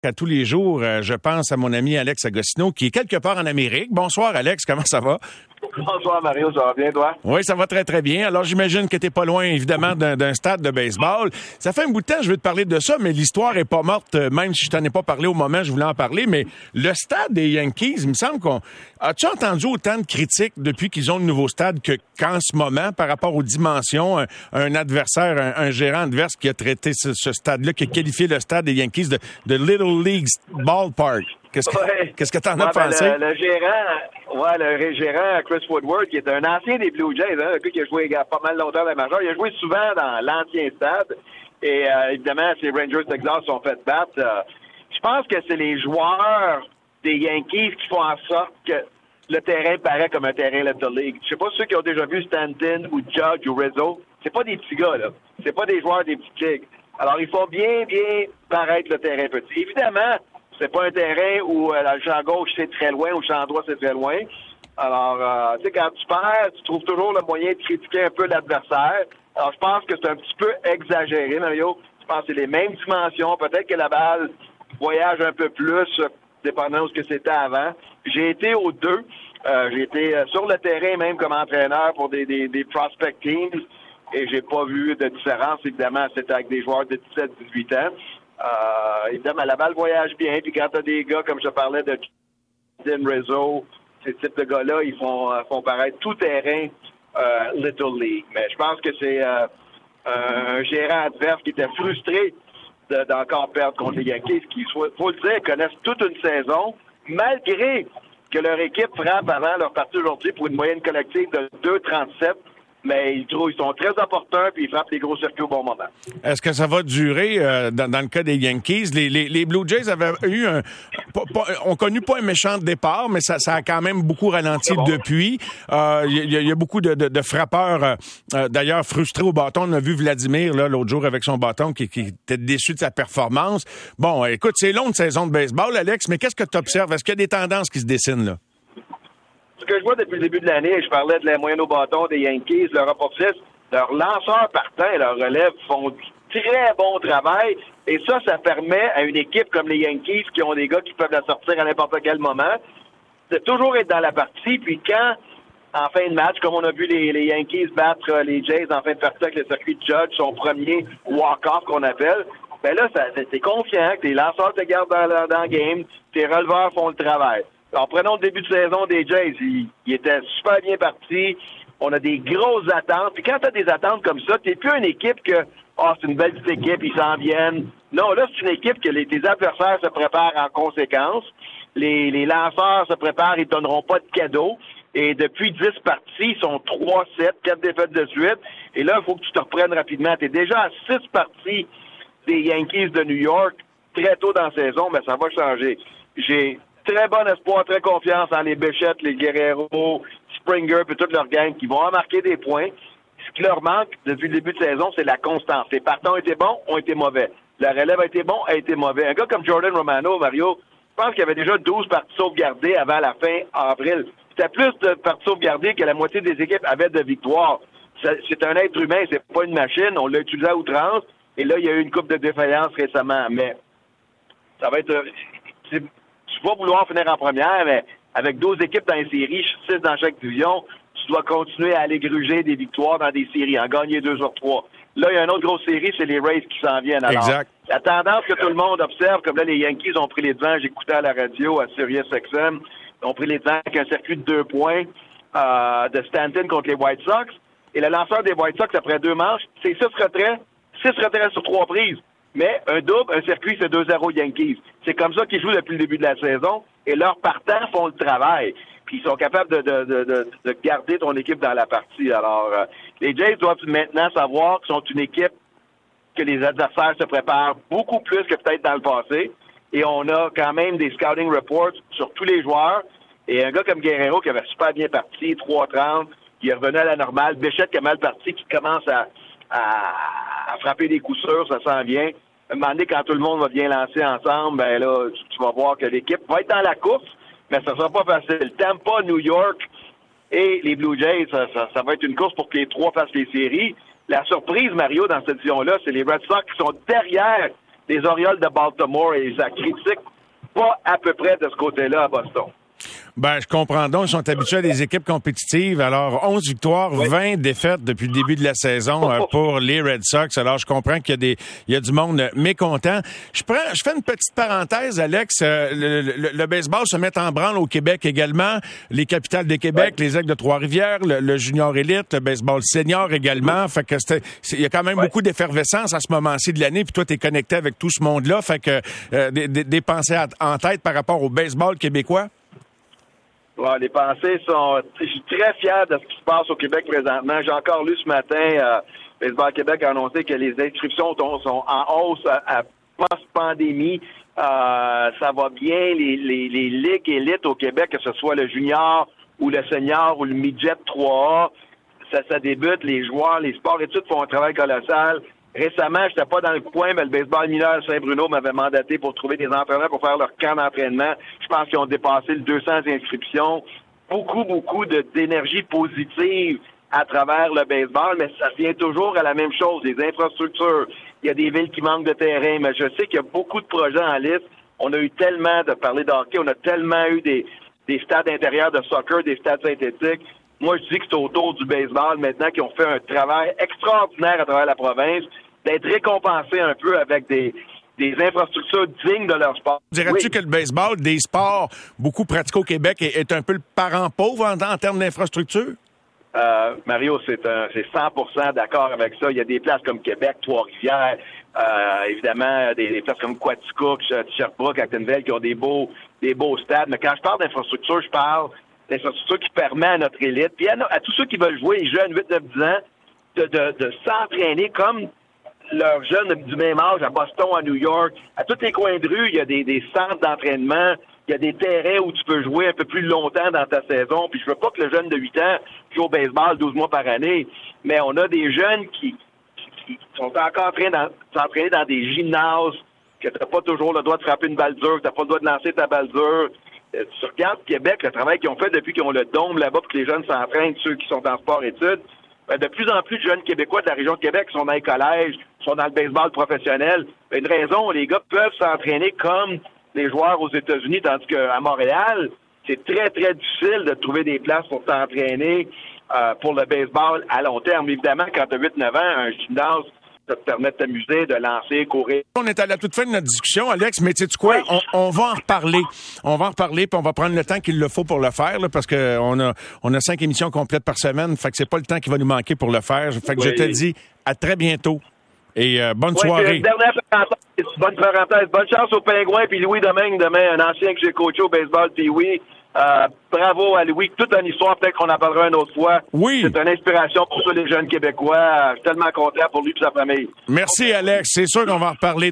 À tous les jours, je pense à mon ami Alex Agostino, qui est quelque part en Amérique. Bonsoir, Alex, comment ça va? Bonsoir, Mario, ça va bien, toi? Oui, ça va très, très bien. Alors, j'imagine que t'es pas loin, évidemment, d'un stade de baseball. Ça fait un bout de temps que je veux te parler de ça, mais l'histoire est pas morte, même si je t'en ai pas parlé au moment où je voulais en parler. Mais le stade des Yankees, il me semble qu'on... As-tu entendu autant de critiques depuis qu'ils ont le nouveau stade qu'en ce moment, par rapport aux dimensions, un adversaire, un gérant adverse qui a traité ce stade-là, qui a qualifié le stade des Yankees de Little League Ballpark? Qu'est-ce que t'en as pensé? Le gérant Chris Woodward, qui est un ancien des Blue Jays, un gars qui a joué pas mal longtemps dans la majeure, il a joué souvent dans l'ancien stade. Et évidemment, si les Rangers de Texas sont fait battre, je pense que c'est les joueurs des Yankees qui font en sorte que le terrain paraît comme un terrain Little League. Je sais pas ceux qui ont déjà vu Stanton ou Judge ou Rizzo. C'est pas des petits gars, là. C'est pas des joueurs des petites ligues. Alors, il faut bien paraître le terrain petit. Évidemment, c'est pas un terrain où le champ gauche, c'est très loin, ou le champ droit, c'est très loin. Alors, tu sais, quand tu perds, tu trouves toujours le moyen de critiquer un peu l'adversaire. Alors, je pense que c'est un petit peu exagéré, Mario. Je pense que c'est les mêmes dimensions. Peut-être que la balle voyage un peu plus, dépendant de ce que c'était avant. J'ai été aux deux. J'ai été sur le terrain même comme entraîneur pour des prospect teams. Et j'ai pas vu de différence. Évidemment, c'était avec des joueurs de 17-18 ans. Évidemment, la balle voyage bien. Puis quand t'as des gars, comme je parlais de Jim Rizzo, ces types de gars-là, ils font paraître tout terrain Little League. Mais je pense que c'est un gérant adverse qui était frustré d'encore perdre contre les Yankees, qui, faut le dire, connaissent toute une saison, malgré que leur équipe frappe avant leur partie aujourd'hui pour une moyenne collective de 2,37. Mais ils sont très opportuns puis ils frappent les gros circuits au bon moment. Est-ce que ça va durer dans le cas des Yankees? Les Blue Jays avaient eu ont connu pas un méchant départ, mais ça a quand même beaucoup ralenti depuis. Il y a beaucoup de frappeurs, d'ailleurs, frustrés au bâton. On a vu Vladimir là l'autre jour avec son bâton qui était déçu de sa performance. Bon, écoute, c'est long de saison de baseball, Alex, mais qu'est-ce que tu observes? Est-ce qu'il y a des tendances qui se dessinent là? Ce que je vois depuis le début de l'année, je parlais de la moyenne au bâton des Yankees, leur apportiste, leurs lanceurs partants et leurs relèves font du très bon travail. Et ça permet à une équipe comme les Yankees, qui ont des gars qui peuvent la sortir à n'importe quel moment, de toujours être dans la partie. Puis quand, en fin de match, comme on a vu les Yankees battre les Jays en fin de partie avec le circuit de Judge, son premier walk-off qu'on appelle, ben là, t'es confiant que tes lanceurs te gardent dans le game, tes releveurs font le travail. Alors, prenons le début de saison des Jays. Ils étaient super bien partis. On a des grosses attentes. Puis quand tu as des attentes comme ça, t'es plus une équipe que c'est une belle petite équipe, ils s'en viennent. Non, là, c'est une équipe que tes adversaires se préparent en conséquence. Les lanceurs se préparent, ils donneront pas de cadeaux. Et depuis 10 parties, ils sont 3-7, 4 défaites de suite. Et là, il faut que tu te reprennes rapidement. Tu es déjà à 6 parties des Yankees de New York très tôt dans la saison, mais ça va changer. J'ai très bon espoir, très confiance en les Bichette, les Guerrero, Springer et toute leur gang qui vont en marquer des points. Ce qui leur manque depuis le début de saison, c'est la constance. Les partants ont été bons, ont été mauvais. La relève a été bon, a été mauvais. Un gars comme Jordan Romano, Mario, je pense qu'il y avait déjà 12 parties sauvegardées avant la fin avril. C'était plus de parties sauvegardées que la moitié des équipes avaient de victoires. C'est un être humain, c'est pas une machine. On l'a utilisé à outrance. Et là, il y a eu une coupe de défaillance récemment. Mais ça va être... Tu vas vouloir finir en première, mais avec 12 équipes dans les séries, 6 dans chaque division, tu dois continuer à aller gruger des victoires dans des séries, en gagner 2 sur 3. Là, il y a une autre grosse série, c'est les Rays qui s'en viennent. Alors, exact. La tendance que tout le monde observe, comme là, les Yankees ont pris les devants, j'écoutais à la radio, à Sirius XM, ils ont pris les devants avec un circuit de 2 points de Stanton contre les White Sox. Et le lanceur des White Sox, après 2 manches, c'est 6 retraits sur 3 prises. Mais un double, un circuit, c'est 2-0 Yankees. C'est comme ça qu'ils jouent depuis le début de la saison. Et leurs partants font le travail. Puis ils sont capables de garder ton équipe dans la partie. Alors, les Jays doivent maintenant savoir qu'ils sont une équipe que les adversaires se préparent beaucoup plus que peut-être dans le passé. Et on a quand même des scouting reports sur tous les joueurs. Et un gars comme Guerrero qui avait super bien parti, 3-30, qui est revenu à la normale. Bichette qui a mal parti, qui commence à frapper des coups sûrs, ça s'en vient. À un moment donné, quand tout le monde va bien lancer ensemble, ben là, tu vas voir que l'équipe va être dans la course, mais ça sera pas facile. Tampa, New York et les Blue Jays, ça va être une course pour que les 3 fassent les séries. La surprise, Mario, dans cette division-là, c'est les Red Sox qui sont derrière des Orioles de Baltimore et ça critique pas à peu près de ce côté-là à Boston. Ben, je comprends donc. Ils sont habitués à des équipes compétitives. Alors, 11 victoires, 20 défaites depuis le début de la saison pour les Red Sox. Alors, je comprends qu'il y a du monde mécontent. Je fais une petite parenthèse, Alex. Le baseball se met en branle au Québec également. Les capitales de Québec, les Aigles de Trois-Rivières, le junior élite, le baseball senior également. Fait que il y a quand même beaucoup d'effervescence à ce moment-ci de l'année. Puis toi, t'es connecté avec tout ce monde-là. Fait que des pensées en tête par rapport au baseball québécois? Ouais, les pensées sont... Je suis très fier de ce qui se passe au Québec présentement. J'ai encore lu ce matin, Baseball Québec a annoncé que les inscriptions sont en hausse à post-pandémie. Ça va bien. Les ligues élites au Québec, que ce soit le junior ou le senior ou le midget 3A, ça débute. Les joueurs, les sports-études font un travail colossal. Récemment, j'étais pas dans le coin, mais le baseball mineur Saint-Bruno m'avait mandaté pour trouver des entraîneurs pour faire leur camp d'entraînement. Je pense qu'ils ont dépassé le 200 inscriptions. Beaucoup d'énergie positive à travers le baseball, mais ça vient toujours à la même chose, les infrastructures. Il y a des villes qui manquent de terrain, mais je sais qu'il y a beaucoup de projets en liste. On a eu tellement de parler de hockey, on a tellement eu des stades intérieurs de soccer, des stades synthétiques. Moi, je dis que c'est autour du baseball maintenant qu'ils ont fait un travail extraordinaire à travers la province, d'être récompensés un peu avec des infrastructures dignes de leur sport. Dirais-tu que le baseball, des sports beaucoup pratiqués au Québec, est un peu le parent pauvre en termes d'infrastructures? Mario, c'est 100% d'accord avec ça. Il y a des places comme Québec, Trois-Rivières, évidemment, des places comme Quaticook, Sherbrooke, Actonville, qui ont des beaux stades. Mais quand je parle d'infrastructure, je parle d'infrastructure qui permet à notre élite, puis à tous ceux qui veulent jouer, les jeunes 8, 9, 10 ans, de s'entraîner comme leurs jeunes du même âge à Boston, à New York. À tous les coins de rue, il y a des centres d'entraînement, il y a des terrains où tu peux jouer un peu plus longtemps dans ta saison. Puis je veux pas que le jeune de 8 ans joue au baseball 12 mois par année, mais on a des jeunes qui sont encore en train de s'entraîner dans des gymnases, que tu n'as pas toujours le droit de frapper une balle dure, que tu n'as pas le droit de lancer ta balle dure. Tu regardes Québec, le travail qu'ils ont fait depuis qu'ils ont le dôme là-bas pour que les jeunes s'entraînent, ceux qui sont en sport-études. De plus en plus de jeunes Québécois de la région de Québec sont dans les collèges, sont dans le baseball professionnel. Une raison, les gars peuvent s'entraîner comme les joueurs aux États-Unis, tandis qu'à Montréal, c'est très, très difficile de trouver des places pour t'entraîner pour le baseball à long terme. Évidemment, quand tu as 8-9 ans, un gymnase, ça te permet de t'amuser, de lancer, courir. On est à la toute fin de notre discussion, Alex, mais sais-tu quoi? Oui. On va en reparler. On va en reparler, puis on va prendre le temps qu'il le faut pour le faire, là, parce que on a 5 émissions complètes par semaine, fait que c'est pas le temps qui va nous manquer pour le faire. Fait que je te dis à très bientôt. Et bonne soirée. Dernière parenthèse, bonne parenthèse. Bonne chance aux Pingouins, puis Louis Domingue, demain, un ancien que j'ai coaché au baseball, puis oui. Bravo à Louis. Toute une histoire, peut-être qu'on en parlera une autre fois. Oui. C'est une inspiration pour tous les jeunes Québécois. Je suis tellement content pour lui et sa famille. Merci, Alex. C'est sûr qu'on va en reparler.